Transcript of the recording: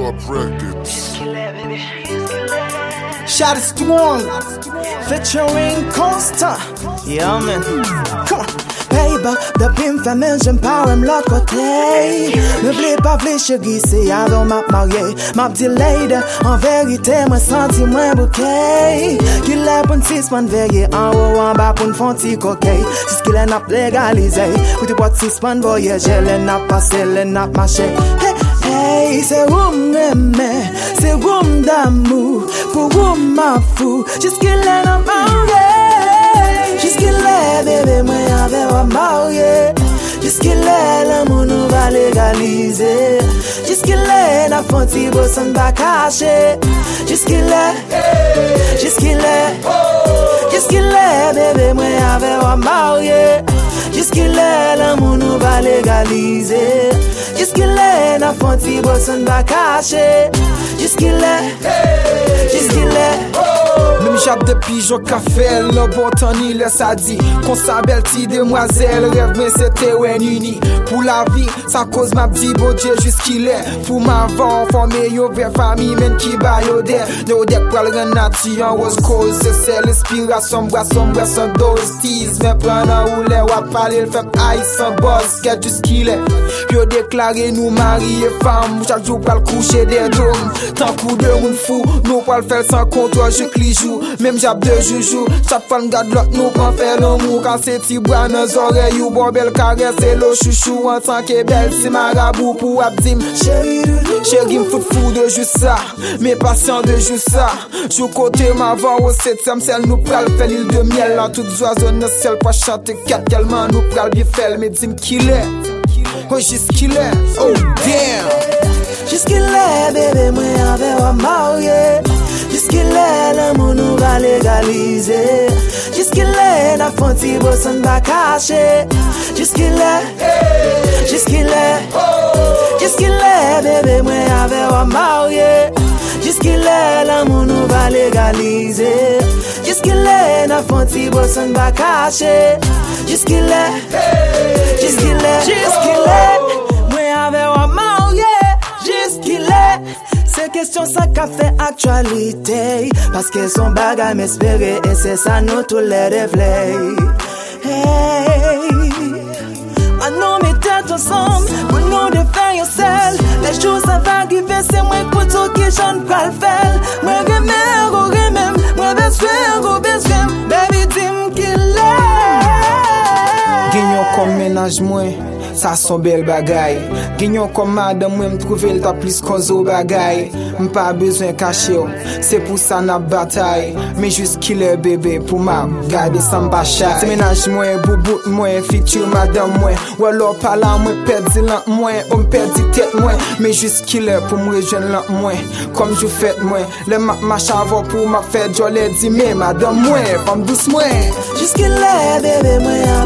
Top Records. Shot is strong, featuring Constant. Yeah, man. Come on. Baby, depuis m'famille, j'aime pas l'autre côté. Ne voulez pas v'lez chérie, c'est avant m'a marié. Ma petite lady, en vérité, moi senti moins bouquet. Qu'il est pour une 6 man veillé, en haut, en bas pour une fonti coquet. C'est ce qu'il est n'a légalisé. Pour te boire 6 man voyager, les n'a passé, les n'a marché. Hey, c'est room d'aimer, c'est room d'amour. Pour room ma fou, jusqu'il est n'a marié. Jusqu'il est bébé, moi avec moi marié. Jusqu'il est l'amour nous va légaliser. Jusqu'il est la fonti bosson pas caché. Jusqu'il est, jusqu'il est, jusqu'il est bébé, moi avec moi marié. Jusqu'il est l'amour nous va légaliser. Jusqu'il est la fonti bosson pas caché. Jusqu'il est, jusqu'il est. Même j'appe de pigeon café, le bon temps ni laisse à dire. Qu'on sa belle petite demoiselle, rêve mais c'était ouais uni. Pour la vie, ça cause ma petite bon Dieu jusqu'il est. Pour ma vent, former yo vers famille, même qui ba yo der. Yo dek pral ren nati en rose cause. C'est l'inspiration, boisson dose. Tease, mais prendre ou les wap parler, le fait aïe sans boss. Get jusqu'il est. Yo déclaré nous mari et femme. Chaque jour pral coucher des dômes. Tant coup de moun fou, nous pral faire sans comptoir, je clie joue. Même j'app de joujou, chaque fois m'garde l'autre nous prend faire l'amour. Quand c'est ti bois dans les oreilles ou bon belle caresse et le chouchou. En tant que belle c'est marabout pour abdim. Chérie m'fout fou de juste ça, mais patient de juste ça. Jou côté ma voix au 7e ciel nous pral fait l'île de miel. Là toutes oiseaux ne ciel pas chanter 4 tellement nous pral bien fait. Mais dis-moi qu'il est, oh jusqu'il est, oh damn. Jusqu'il est bébé moi avec moi marié. Jusqu'il est l'amour nous va légaliser. Jusqu'il est la fonti bosson pas caché. Jusqu'il est, jusqu'il est, jusqu'il est bébé moi avec moi marié. Jusqu'il est l'amour nous va légaliser. Jusqu'il est la fonti bosson pas caché. Jusqu'il est, jusqu'il est, jusqu'il est moi avec moi marié. Jusqu'il est. C'est question ça qu'a fait actualité. Parce que son bagage m'espérait. Et c'est ça nous tous les rêves. Hey, maintenant mes têtes ensemble pour nous défaire un seul. Les choses ça va arriver. C'est moi couteau qui j'en pral faire. Moi remède, moi besoin. Baby dis-moi qu'il est. Gagnon comme ménage moi. Ça son bel bagay. Gagnon comme madame moi m'trouve le ta plus cause bagay. M'pas besoin cacher. C'est pour ça n'a bataille. Mais juste qu'il est bébé pour m'a garder sans bachay. C'est ménage moi, boubou moi, futur madame moi. Ou alors par là moi perdi l'an moi, on perdi tête moi. Mais juste qu'il est pour me rejoindre l'an moi. Comme je fais moi, le marche avant pour ma fête, je l'ai dit mais madame moi, femme douce moi. Jusqu'il est bébé moi